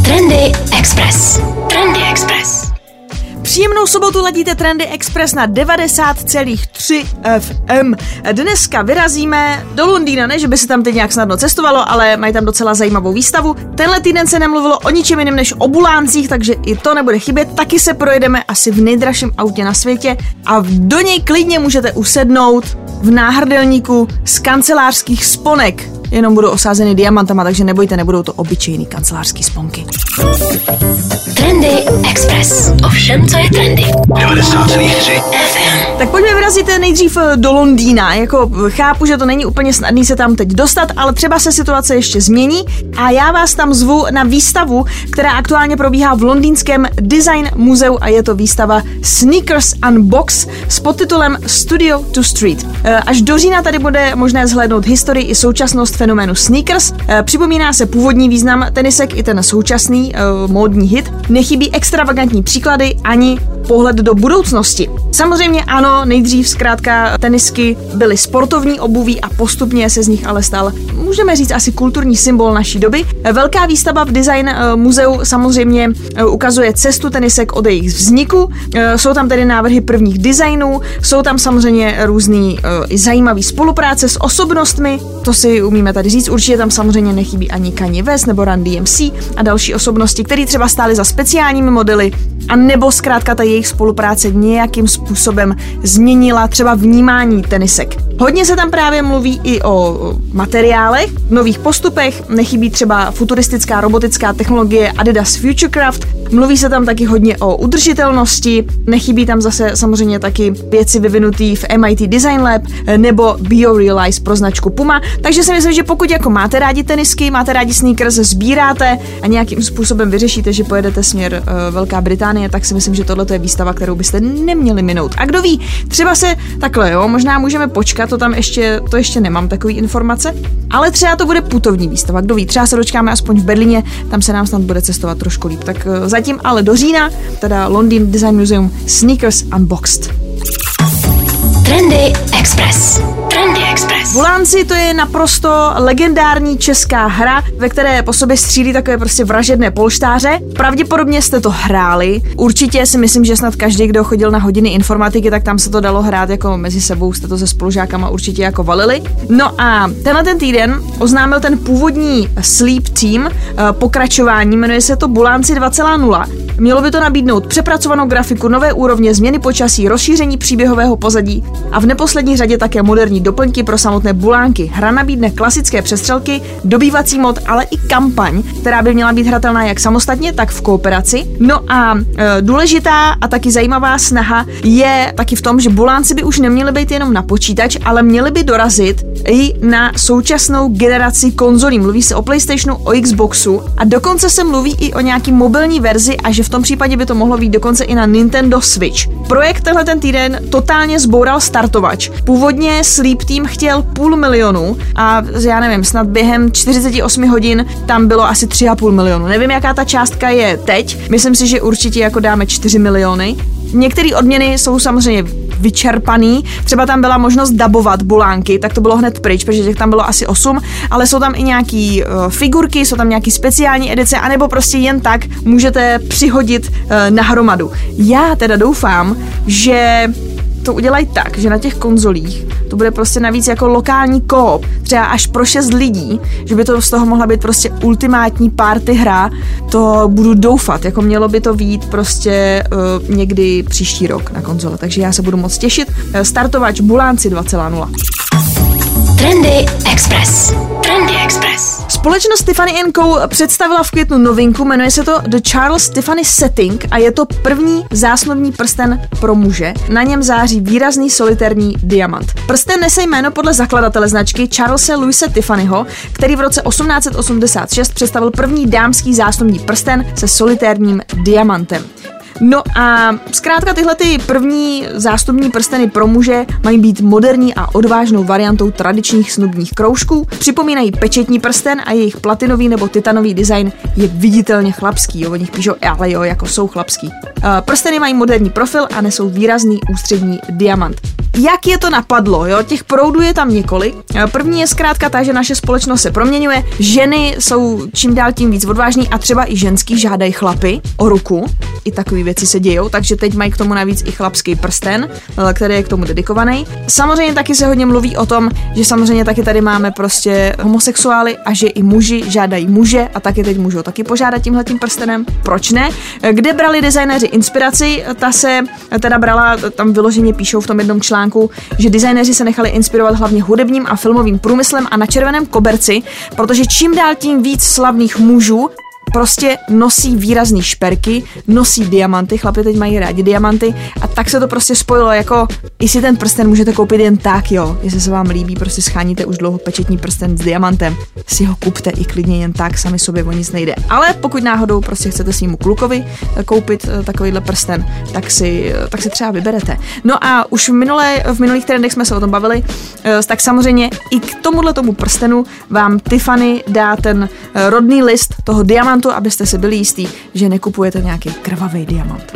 Trendy Express. Trendy Express. Příjemnou sobotu ladíte Trendy Express na 90,3 FM. Dneska vyrazíme do Londýna, ne, že by se tam teď nějak snadno cestovalo, ale mají tam docela zajímavou výstavu. Tenhle týden se nemluvilo o ničem jiném než o buláncích, takže i to nebude chybět. Taky se projedeme asi v nejdražším autě na světě a do něj klidně můžete usednout v náhrdelníku z kancelářských sponek. Jenom budou osázeny diamantama, takže nebojte, nebudou to obyčejný kancelářský sponky. Trendy Express. O všem, co je trendy. 90,3 FM. Tak pojďme vyrazit nejdřív do Londýna. Jako chápu, že to není úplně snadný se tam teď dostat, ale třeba se situace ještě změní a já vás tam zvu na výstavu, která aktuálně probíhá v londýnském Design muzeu a je to výstava Sneakers Unbox s podtitulem Studio to Street. Až do října tady bude možné zhlédnout historii i současnost fenoménu sneakers. Připomíná se původní význam tenisek i ten současný módní hit. Nechybí extravagantní příklady ani pohled do budoucnosti. Samozřejmě ano, nejdřív zkrátka tenisky byly sportovní obuví a postupně se z nich ale stal, můžeme říct, asi kulturní symbol naší doby. Velká výstava v Design muzeu samozřejmě ukazuje cestu tenisek od jejich vzniku. Jsou tam tedy návrhy prvních designů, jsou tam samozřejmě různý zajímavý spolupráce s osobnostmi, to si umíme tady říct, určitě tam samozřejmě nechybí ani Kanye West nebo Run DMC a další osobnosti, které třeba stály za speciálními modely, a nebo zkrátka ta jejich spolupráce nějakým způsobem změnila třeba vnímání tenisek. Hodně se tam právě mluví i o materiálech, nových postupech, nechybí třeba futuristická robotická technologie Adidas Futurecraft, mluví se tam taky hodně o udržitelnosti, nechybí tam zase samozřejmě taky věci vyvinutý v MIT Design Lab nebo BioRealize pro značku Puma, takže si myslím, že pokud jako máte rádi tenisky, máte rádi sneakers, sbíráte a nějakým způsobem vyřešíte, že pojedete směr Velká Británie, tak si myslím, že tohle je výstava, kterou byste neměli minout. A kdo ví, třeba se takhle, možná můžeme počkat, to ještě nemám takový informace, ale třeba to bude putovní výstava, kdo ví, třeba se dočkáme aspoň v Berlíně, tam se nám snad bude cestovat trošku líp. Tak zatím ale do října, teda London Design Museum Sneakers Unboxed. Trendy Express. Trendy Express. Bulánci, to je naprosto legendární česká hra, ve které po sobě střílí takové prostě vražedné polštáře. Pravděpodobně jste to hráli. Určitě si myslím, že snad každý, kdo chodil na hodiny informatiky, tak tam se to dalo hrát jako mezi sebou, jste to se spolužákama určitě jako valili. No a ten týden oznámil ten původní Sleep Team pokračování, jmenuje se to Bulánci 2.0. Mělo by to nabídnout přepracovanou grafiku, nové úrovně, změny počasí, rozšíření příběhového pozadí a v neposlední řadě také moderní doplňky pro samotné bulánky. Hra nabídne klasické přestřelky, dobývací mod, ale i kampaň, která by měla být hratelná jak samostatně, tak v kooperaci. No a důležitá a taky zajímavá snaha je taky v tom, že bulánci by už neměli být jenom na počítač, ale měli by dorazit i na současnou generaci konzolí. Mluví se o PlayStationu, o Xboxu a dokonce se mluví i o nějaký mobilní verzi a že v tom případě by to mohlo být dokonce i na Nintendo Switch. Projekt tenhle ten týden totálně zboural startovač. Původně Sleep Team chtěl 500 000 a já nevím, snad během 48 hodin tam bylo asi 3,5 milionu. Nevím, jaká ta částka je teď. Myslím si, že určitě jako dáme 4 miliony. Některé odměny jsou samozřejmě vyčerpaný. Třeba tam byla možnost dabovat bulánky, tak to bylo hned pryč, protože těch tam bylo asi 8, ale jsou tam i nějaký figurky, jsou tam nějaký speciální edice, anebo prostě jen tak můžete přihodit na hromadu. Já teda doufám, že to udělají tak, že na těch konzolích to bude prostě navíc jako lokální koop, třeba až pro 6 lidí, že by to z toho mohla být prostě ultimátní party hra, to budu doufat, jako mělo by to vyjít prostě někdy příští rok na konzole, takže já se budu moc těšit. Startovač Bulánci 2.0. Trendy Express. Trendy Express. Společnost Tiffany & Co. představila v květnu novinku, jmenuje se to The Charles Tiffany Setting a je to první zásnovní prsten pro muže. Na něm září výrazný solitérní diamant. Prsten nese jméno podle zakladatele značky Charlese Louise Tiffanyho, který v roce 1886 představil první dámský zásnovní prsten se solitérním diamantem. No a zkrátka tyhle ty první zástupní prsteny pro muže mají být moderní a odvážnou variantou tradičních snubních kroužků. Připomínají pečetní prsten a jejich platinový nebo titanový design je viditelně chlapský. O nich píšou, ale jo, jako jsou chlapský. Prsteny mají moderní profil a nesou výrazný ústřední diamant. Jak je to napadlo, jo? Těch proudů je tam několik. První je zkrátka ta, že naše společnost se proměňuje, ženy jsou čím dál tím víc odvážní a třeba i ženský žádají chlapy o ruku. I takové věci se dějou, takže teď mají k tomu navíc i chlapský prsten, který je k tomu dedikovaný. Samozřejmě taky se hodně mluví o tom, že samozřejmě taky tady máme prostě homosexuály a že i muži žádají muže a taky teď můžou taky požádat tímhletím prstenem. Proč ne? Kde brali designéři inspiraci? Ta se teda brala, tam vyloženě píšou v tom jednom článku, že designéři se nechali inspirovat hlavně hudebním a filmovým průmyslem a na červeném koberci, protože čím dál tím víc slavných mužů prostě nosí výrazný šperky, nosí diamanty, chlapi teď mají rádi diamanty a tak se to prostě spojilo jako, jestli ten prsten můžete koupit jen tak, jo, jestli se vám líbí, prostě scháníte už dlouho pečetní prsten s diamantem, si ho kupte i klidně jen tak, sami sobě o nic nejde. Ale pokud náhodou prostě chcete svýmu klukovi koupit takovýhle prsten, tak si třeba vyberete. No a už v minulých trendech jsme se o tom bavili, tak samozřejmě i k tomu prstenu vám Tiffany dá ten rodný list toho diamantu, abyste si byli jistí, že nekupujete nějaký krvavý diamant.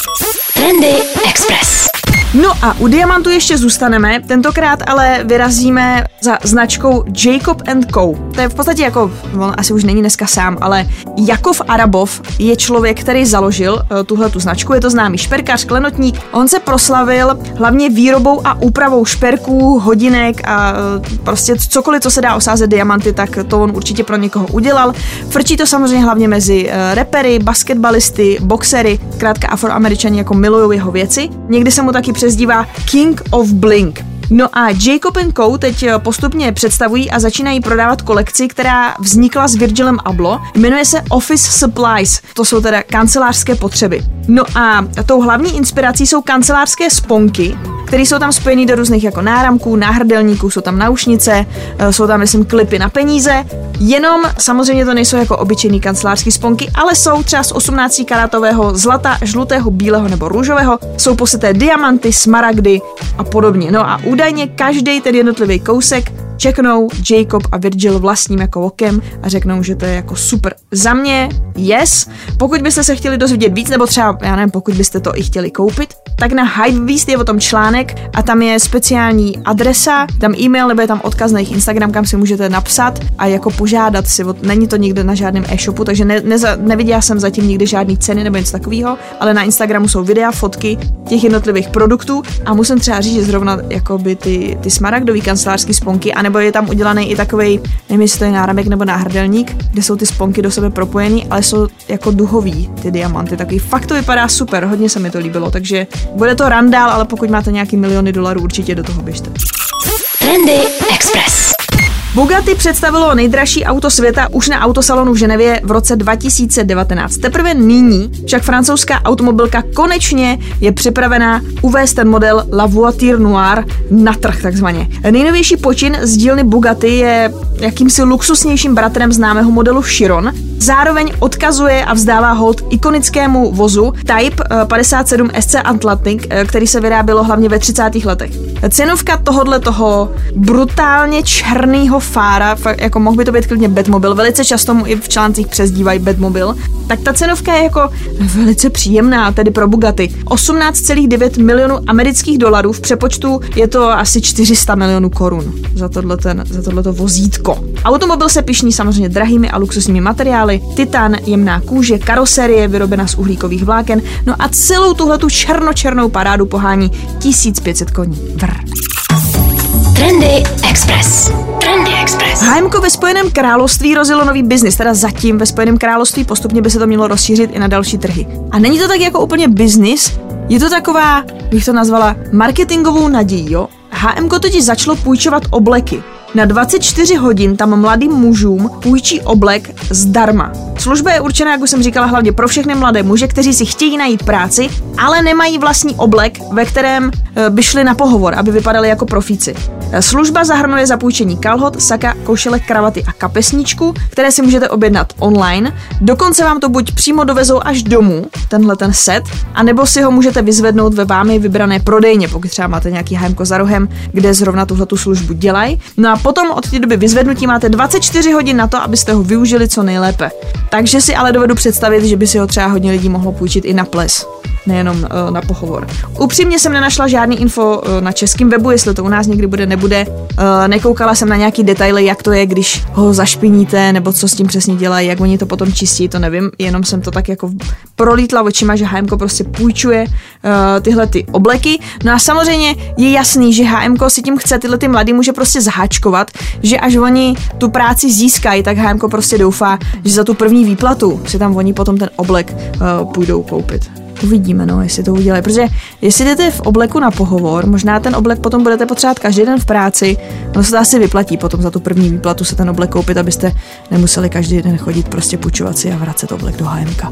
Trendy Express. No a u diamantu ještě zůstaneme, tentokrát ale vyrazíme za značkou Jacob & Co. To je v podstatě jako, on asi už není dneska sám, ale Jakov Arabov je člověk, který založil tuhletu značku, je to známý šperkař, klenotník. On se proslavil hlavně výrobou a úpravou šperků, hodinek a prostě cokoliv, co se dá osázet diamanty, tak to on určitě pro někoho udělal. Frčí to samozřejmě hlavně mezi rapery, basketbalisty, boxery, zkrátka Afroameričani jako milujou jeho věci. Někdy se mu taky přezdívá King of Bling. No a Jacob & Co. teď postupně představují a začínají prodávat kolekci, která vznikla s Virgilem Abloh. Jmenuje se Office Supplies. To jsou teda kancelářské potřeby. No a tou hlavní inspirací jsou kancelářské sponky, které jsou tam spojený do různých jako náramků, náhrdelníků, jsou tam náušnice, jsou tam, myslím, klipy na peníze. Jenom samozřejmě to nejsou jako obyčejný kancelářský sponky, ale jsou třeba z 18 karátového zlata, žlutého, bílého nebo růžového, jsou posyté diamanty, smaragdy a podobně. No a údajně každý ten jednotlivý kousek čeknou Jacob a Virgil vlastním jako okem a řeknou, že to je jako super. Za mě yes. Pokud byste se chtěli dozvědět víc, nebo třeba, já nevím, pokud byste to i chtěli koupit, tak na Hypebeast je o tom článek a tam je speciální adresa, tam e-mail nebo je tam odkaz na jejich Instagram, kam si můžete napsat a jako požádat si. Není to nikde na žádném e-shopu, takže neviděla jsem zatím nikdy žádný ceny nebo něco takového, ale na Instagramu jsou videa, fotky těch jednotlivých produktů a musím třeba říct, že zrovna jakoby ty smaragdový kancelářský sponky, anebo je tam udělaný i takovej, nevím, jestli to je náramek nebo náhrdelník, kde jsou ty sponky do sebe propojený, ale jsou jako duhový ty diamanty, takový fakt to vypadá super, hodně se mi to líbilo, takže bude to randál, ale pokud máte nějaký miliony dolarů, určitě do toho běžte. Trendy Express. Bugatti představilo nejdražší auto světa už na autosalonu v Ženevě v roce 2019. Teprve nyní však francouzská automobilka konečně je připravená uvést ten model La Voiture Noire na trh takzvaně. Nejnovější počin z dílny Bugatti je jakýmsi luxusnějším bratrem známého modelu Chiron. Zároveň odkazuje a vzdává hold ikonickému vozu Type 57 SC Atlantic, který se vyrábělo hlavně ve 30. letech. Cenovka toho brutálně černýho fára, jako mohl by to být klidně Batmobil, velice často mu i v článcích přezdívají Batmobil, tak ta cenovka je jako velice příjemná, tedy pro Bugatti. 18,9 milionů amerických dolarů, v přepočtu je to asi 400 milionů korun za tohleto vozítko. Automobil se pyšní samozřejmě drahými a luxusními materiály, titan, jemná kůže, karoserie vyrobená z uhlíkových vláken, no a celou tuhletu černou parádu pohání 1500 koní. Trendy Express. Trendy Express. HMko ve Spojeném království rozjelo nový biznis, teda zatím ve Spojeném království, postupně by se to mělo rozšířit i na další trhy. A není to tak jako úplně biznis, je to taková, bych to nazvala, marketingovou nadějí, jo? HMko totiž začalo půjčovat obleky. Na 24 hodin tam mladým mužům půjčí oblek zdarma. Služba je určená, jak už jsem říkala, hlavně pro všechny mladé muže, kteří si chtějí najít práci, ale nemají vlastní oblek, ve kterém by šli na pohovor, aby vypadali jako profíci. Služba zahrnuje zapůjčení kalhot, saka, košilek, kravaty a kapesníčku, které si můžete objednat online. Dokonce vám to buď přímo dovezou až domů, ten set, anebo si ho můžete vyzvednout ve vámi vybrané prodejně, pokud třeba máte nějaký HMko za rohem, kde zrovna tuhletu službu dělají. No a potom od té doby vyzvednutí máte 24 hodin na to, abyste ho využili co nejlépe. Takže si ale dovedu představit, že by si ho třeba hodně lidí mohlo půjčit i na ples. nejenom na pohovor. Upřímně jsem nenašla žádný info na českém webu, jestli to u nás někdy bude, nebude. Nekoukala jsem na nějaký detaily, jak to je, když ho zašpiníte, nebo co s tím přesně dělají, jak oni to potom čistí, to nevím, jenom jsem to tak jako prolítla očima, že H&M prostě půjčuje tyhle ty obleky. No a samozřejmě je jasný, že H&M si tím chce tyhle ty mladý může prostě zaháčkovat, že až oni tu práci získají, tak H&M prostě doufá, že za tu první výplatu si tam oni potom ten oblek půjdou koupit. Uvidíme, no, jestli to udělají, protože jestli jdete v obleku na pohovor, možná ten oblek potom budete potřebovat každý den v práci, no se to asi vyplatí potom za tu první výplatu se ten oblek koupit, abyste nemuseli každý den chodit prostě půjčovat si a vracet oblek do H&M.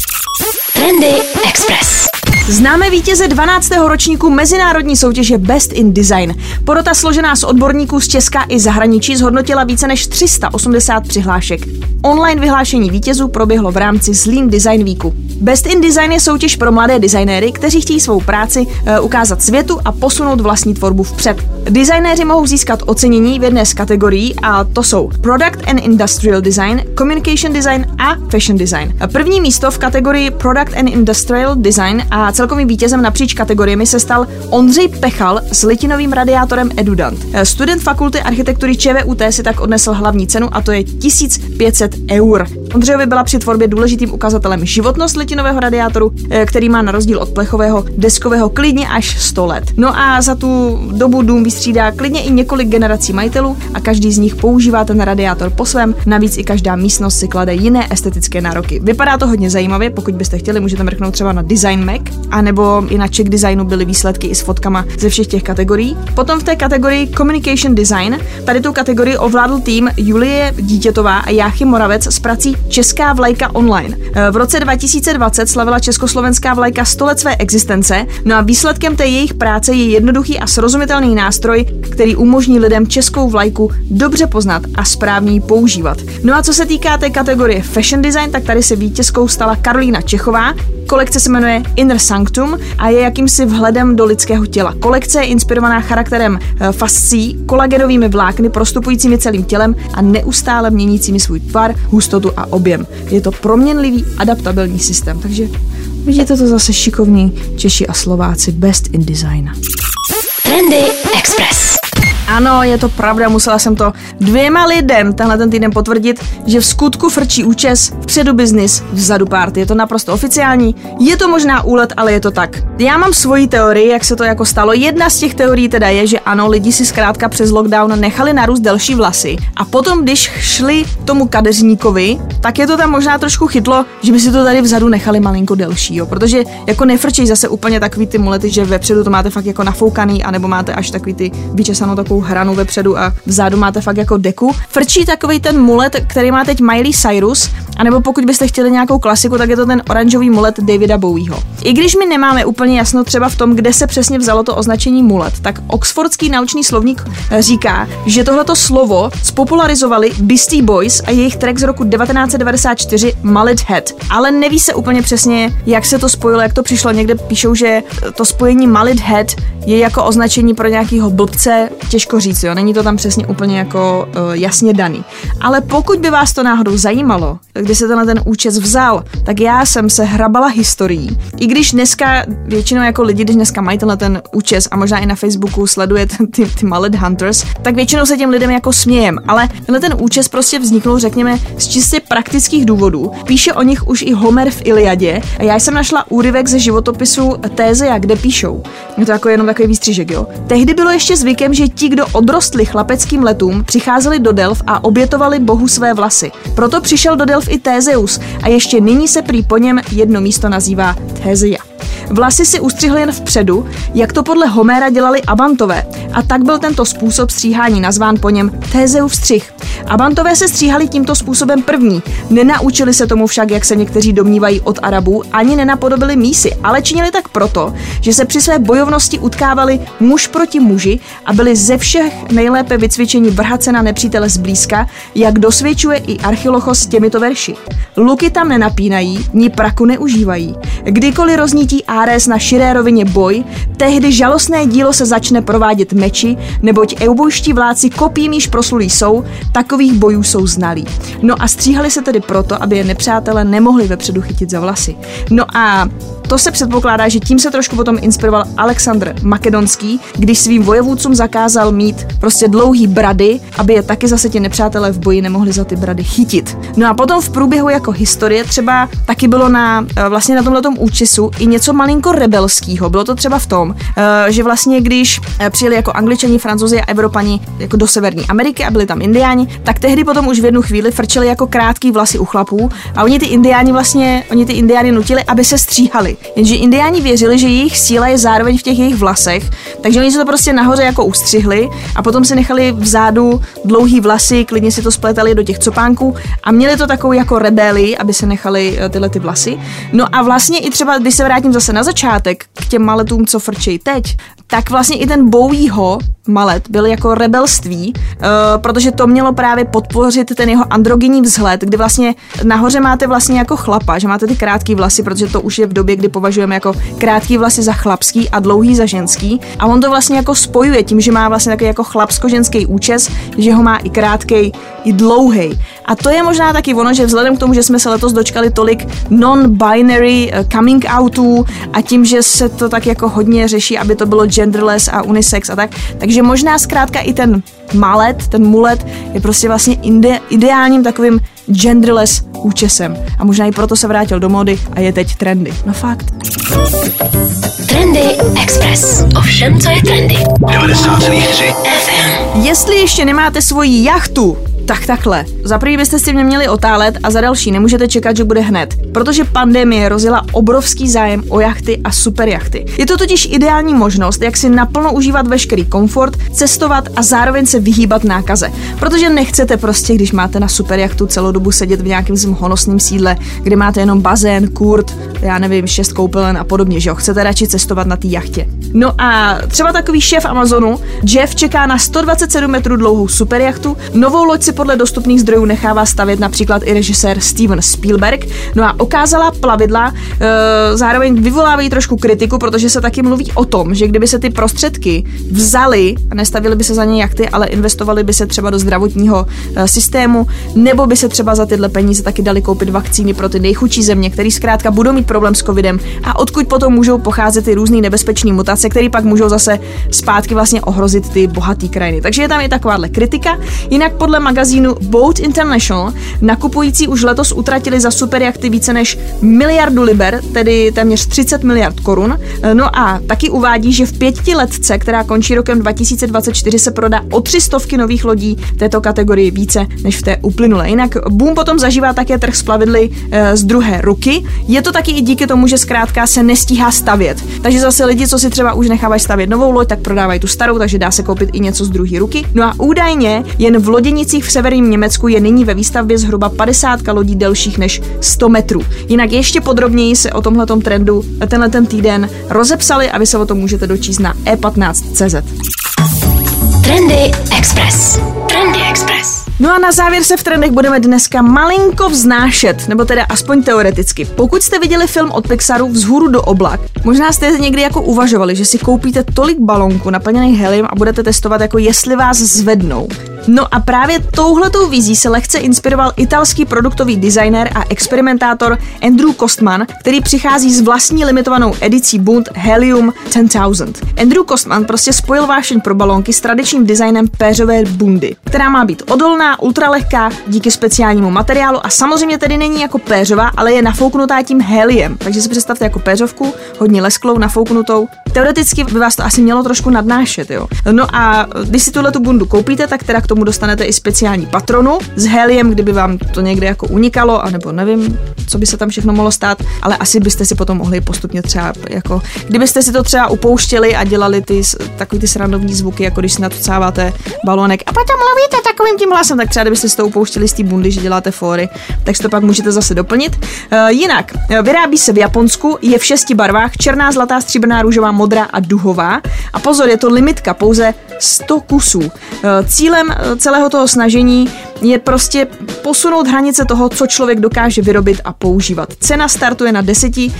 Trendy Express. Známe vítěze 12. ročníku mezinárodní soutěže Best in Design. Porota složená z odborníků z Česka i zahraničí zhodnotila více než 380 přihlášek. Online vyhlášení vítězů proběhlo v rámci Zlín Design Weeku. Best in Design je soutěž pro mladé designéry, kteří chtějí svou práci ukázat světu a posunout vlastní tvorbu vpřed. Designéři mohou získat ocenění v jedné z kategorií a to jsou Product and Industrial Design, Communication Design a Fashion Design. První místo v kategorii Product and Industrial Design a celkovým vítězem napříč kategoriemi se stal Ondřej Pechal s litinovým radiátorem Edudant. Student fakulty architektury ČVUT si tak odnesl hlavní cenu a to je 1500 eur. Ondřejovi byla při tvorbě důležitým ukazatelem životnost litinového radiátoru, který má na rozdíl od plechového deskového klidně až 100 let. No a za tu dobu dům vystřídá klidně i několik generací majitelů a každý z nich používá ten radiátor po svém, navíc i každá místnost si klade jiné estetické nároky. Vypadá to hodně zajímavě, pokud byste chtěli, můžete mrknout třeba na Design Mac, anebo i na Czech Designu byly výsledky i s fotkama ze všech těch kategorií. Potom v té kategorii Communication Design, tady tu kategorii ovládl tým Julie Dítětová a Jáchy Moravec s prací Česká vlajka online. V roce 2020 slavila československá vlajka 100 let své existence, no a výsledkem té jejich práce je jednoduchý a srozumitelný nástroj, který umožní lidem českou vlajku dobře poznat a správně ji používat. No a co se týká té kategorie Fashion Design, tak tady se vítězkou stala Karolína Čechová. Kolekce se jmenuje Inner Sanctum a je jakýmsi vhledem do lidského těla. Kolekce je inspirovaná charakterem fascí, kolagenovými vlákny prostupujícími celým tělem a neustále měnícími svůj tvar, hustotu a objem. Je to proměnlivý, adaptabilní systém, takže vidíte to zase šikovní Češi a Slováci Best in Design. Trendy Express. Ano, je to pravda, musela jsem to 2 lidem tenhle ten týden potvrdit, že v skutku frčí účes, vpředu biznis, vzadu party. Je to naprosto oficiální, je to možná úlet, ale je to tak. Já mám svoji teorii, jak se to jako stalo. Jedna z těch teorií teda je, že ano, lidi si zkrátka přes lockdown nechali narůst delší vlasy a potom, když šli tomu kadeřníkovi, tak je to tam možná trošku chytlo, že by si to tady vzadu nechali malinko delší, jo, protože jako nefrčí zase úplně takový ty mulety, že vepředu to máte fakt jako nafoukaný, anebo máte až takový ty vyčesanou takovou hranu vepředu a vzadu máte fakt jako deku. Frčí takovej ten mulet, který má teď Miley Cyrus, anebo pokud byste chtěli nějakou klasiku, tak je to ten oranžový mulet Davida Bowieho. I když my nemáme úplně jasno třeba v tom, kde se přesně vzalo to označení mulet, tak Oxfordský naučný slovník říká, že tohleto slovo spopularizovali Beastie Boys a jejich track z roku 1994 Mullet Head. Ale neví se úplně přesně, jak se to spojilo, jak to přišlo. Někde píšou, že to spojení Mullet Head je jako označení pro nějakýho blbce, těžko říct, jo, není to tam přesně úplně jako jasně daný. Ale pokud by vás to náhodou zajímalo, kdy se tenhle ten účes vzal, tak já jsem se hrabala historií. I když dneska většinou jako lidi, když dneska mají tenhle ten účes a možná i na Facebooku sleduje ty Mullet Hunters, tak většinou se těm lidem jako smějem. Ale tenhle ten účes prostě vzniknul, řekněme, z čistě praktických důvodů. Píše o nich už i Homer v Iliadě a já jsem našla úryvek ze životopisu Tézeja, kde píšou. Je to jako jenom takový výstřížek, jo. Tehdy bylo ještě zvykem, že ti, kdo odrostli chlapeckým letům, přicházeli do Delf a obětovali bohu své vlasy. Proto přišel do Delf i Tézeus a ještě nyní se prý po něm jedno místo nazývá Tézeja. Vlasy si ustřihli jen vpředu, jak to podle Homéra dělali Abantové, a tak byl tento způsob stříhání nazván po něm Tézeův střih. Abantové se stříhali tímto způsobem první, nenaučili se tomu však, jak se někteří domnívají, od Arabů, ani nenapodobili mísy, ale činili tak proto, že se při své bojovnosti utkávali muž proti muži a byli ze všech nejlépe vycvičeni vrhat se na nepřítele zblízka, jak dosvědčuje i Archilochos s těmito verši. Luky tam nenapínají, ni praku neužívají. Kdykoliv roznítí Ares na širé rovině boj, tehdy žalostné dílo se začne provádět meči, neboť eubojští vládci kopím již proslulí jsou, takových bojů jsou znalí. No a stříhali se tedy proto, aby je nepřátelé nemohli vepředu chytit za vlasy. No a to se předpokládá, že tím se trošku potom inspiroval Alexandr Makedonský, když svým vojevůdcům zakázal mít prostě dlouhý brady, aby je taky zase ti nepřátelé v boji nemohli za ty brady chytit. No a potom v průběhu jako historie třeba taky bylo vlastně na tomhletom účesu i něco malinko rebelského. Bylo to třeba v tom, že vlastně když přijeli jako Angličani, Francouzi a Evropani jako do Severní Ameriky a byli tam indiáni, tak tehdy potom už v jednu chvíli frčeli jako krátký vlasy u chlapů a oni ty indiány nutili, aby se stříhali. Jenže indiáni věřili, že jejich síla je zároveň v těch jejich vlasech, takže oni se to prostě nahoře jako ustřihli a potom si nechali vzadu dlouhý vlasy, klidně si to spletali do těch copánků a měli to takovou jako rebelii, aby se nechali tyhle ty vlasy. No a vlastně i třeba, když se vrátím zase na začátek k těm maletům, co frčejí teď, tak vlastně i ten Bowieho malet byl jako rebelství, protože to mělo právě podpořit ten jeho androgenní vzhled, kdy vlastně nahoře máte vlastně jako chlapa, že máte ty krátký vlasy, protože to už je v době, kdy považujeme jako krátký vlasy za chlapský a dlouhý za ženský a on to vlastně jako spojuje tím, že má vlastně takový jako chlapsko-ženský účes, že ho má i krátkej, i dlouhej. A to je možná taky ono, že vzhledem k tomu, že jsme se letos dočkali tolik non-binary coming outů a tím, že se to tak jako hodně řeší, aby to bylo genderless a unisex a tak, takže možná zkrátka i ten malet, ten mulet je prostě vlastně ideálním takovým genderless účesem. A možná i proto se vrátil do módy a je teď trendy. No fakt. Trendy Express. O všem, co je trendy. 90,3 FM. Jestli ještě nemáte svoji jachtu, tak takhle. Za první byste si mě měli otálet a za další nemůžete čekat, že bude hned, protože pandemie rozjela obrovský zájem o jachty a superjachty. Je to totiž ideální možnost, jak si naplno užívat veškerý komfort, cestovat a zároveň se vyhýbat nákaze. Protože nechcete prostě, když máte na superjachtu celou dobu sedět v nějakém svým honosném sídle, kde máte jenom bazén, kurt, já nevím, 6 koupelen a podobně, že jo, chcete radši cestovat na té jachtě. No a třeba takový šéf Amazonu, Jeff, čeká na 127 metrů dlouhou superjachtu, novou loď si podle dostupných zdrojů nechává stavět například i režisér Steven Spielberg. No a okázalá plavidla zároveň vyvolávají trošku kritiku, protože se taky mluví o tom, že kdyby se ty prostředky vzaly a nestavily by se za ně jachty, ale investovaly by se třeba do zdravotního systému, nebo by se třeba za tyhle peníze taky dali koupit vakcíny pro ty nejchudší země, které zkrátka budou mít problém s covidem a odkud potom můžou pocházet ty různý nebezpečné mutace, které pak můžou zase zpátky vlastně ohrozit ty bohaté krajiny. Takže je tam i takováhle kritika. Jinak podle magazínu Boat International nakupující už letos utratili za superjachty více než 1 miliardu liber, tedy téměř 30 miliard korun. No a taky uvádí, že v 5letce, která končí rokem 2024, se prodá o 300 nových lodí této kategorii více než v té uplynulé. Jinak boom potom zažívá také trh s plavidly z druhé ruky. Je to taky i díky tomu, že zkrátka se nestíhá stavět. Takže zase lidi, co si třeba už nechávají stavět novou loď, tak prodávají tu starou, takže dá se koupit i něco z druhé ruky. No a údajně jen v Loděnicích v severním Německu je nyní ve výstavbě zhruba 50 lodí delších než 100 metrů. Jinak ještě podrobněji se o tomhletom trendu tenhle týden rozepsali a vy se o tom můžete dočíst na e15.cz. Trendy Express. Trendy Express. No a na závěr se v trendech budeme dneska malinko vznášet, nebo teda aspoň teoreticky. Pokud jste viděli film od Pixaru Vzhůru do oblak, možná jste někdy jako uvažovali, že si koupíte tolik balónků naplněných helium a budete testovat, jako jestli vás zvednou. No a právě touhletou vizí se lehce inspiroval italský produktový designér a experimentátor Andrew Costman, který přichází s vlastní limitovanou edicí Bund Helium 10,000. Andrew Costman prostě spojil vášeň pro balónky s tradičním designem péřové bundy, která má být odolná, ultralehká díky speciálnímu materiálu a samozřejmě tedy není jako péřová, ale je nafouknutá tím heliem. Takže si představte jako péřovku, hodně lesklou, nafouknutou. Teoreticky by vás to asi mělo trošku nadnášet, jo. No a když si tuhletu bundu koupíte, tak teda k tomu dostanete i speciální patronu s heliem, kdyby vám to někde jako unikalo, anebo nevím, co by se tam všechno mohlo stát, ale asi byste si potom mohli postupně třeba jako, kdybyste si to třeba upouštěli a dělali takový ty srandovní zvuky, jako když si natucáváte balónek a potom mluvíte takovým tím hlasem, tak třeba kdybyste si to upouštěli z té bundy, že děláte fóry, tak si to pak můžete zase doplnit. Jinak, vyrábí se v Japonsku, je v 6 barvách, černá, zlatá, stříbrná, růžová, modrá a duhová. A pozor, je to limitka, pouze 100 kusů. Cílem celého toho snažení je prostě posunout hranice toho, co člověk dokáže vyrobit a používat. Cena startuje na 10 000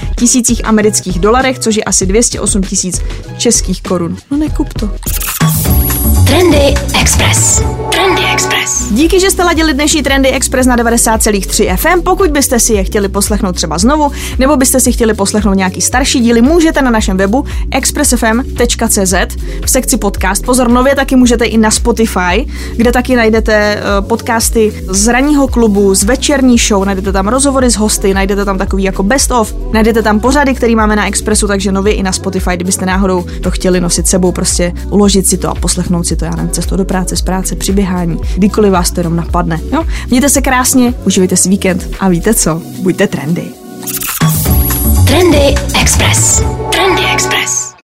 amerických dolarech, což je asi 208 000 českých korun. No nekup to. Trendy Express. Trendy Express. Díky, že jste ladili dnešní Trendy Express na 90,3 FM. Pokud byste si je chtěli poslechnout třeba znovu, nebo byste si chtěli poslechnout nějaký starší díly, můžete na našem webu expressfm.cz v sekci podcast. Pozor, nově taky můžete i na Spotify, kde taky najdete podcasty z ranního klubu, z večerní show, najdete tam rozhovory s hosty, najdete tam takový jako best of, najdete tam pořady, který máme na Expressu, takže nově i na Spotify, kdybyste náhodou to chtěli nosit sebou, prostě uložit si to a poslechnout si to, já nevím, cestou do práce, z práce, při běhání, kdykoliv vás to jenom napadne. Jo? Mějte se krásně, užívejte si víkend a víte co? Buďte trendy. Trendy Express. Trendy Express.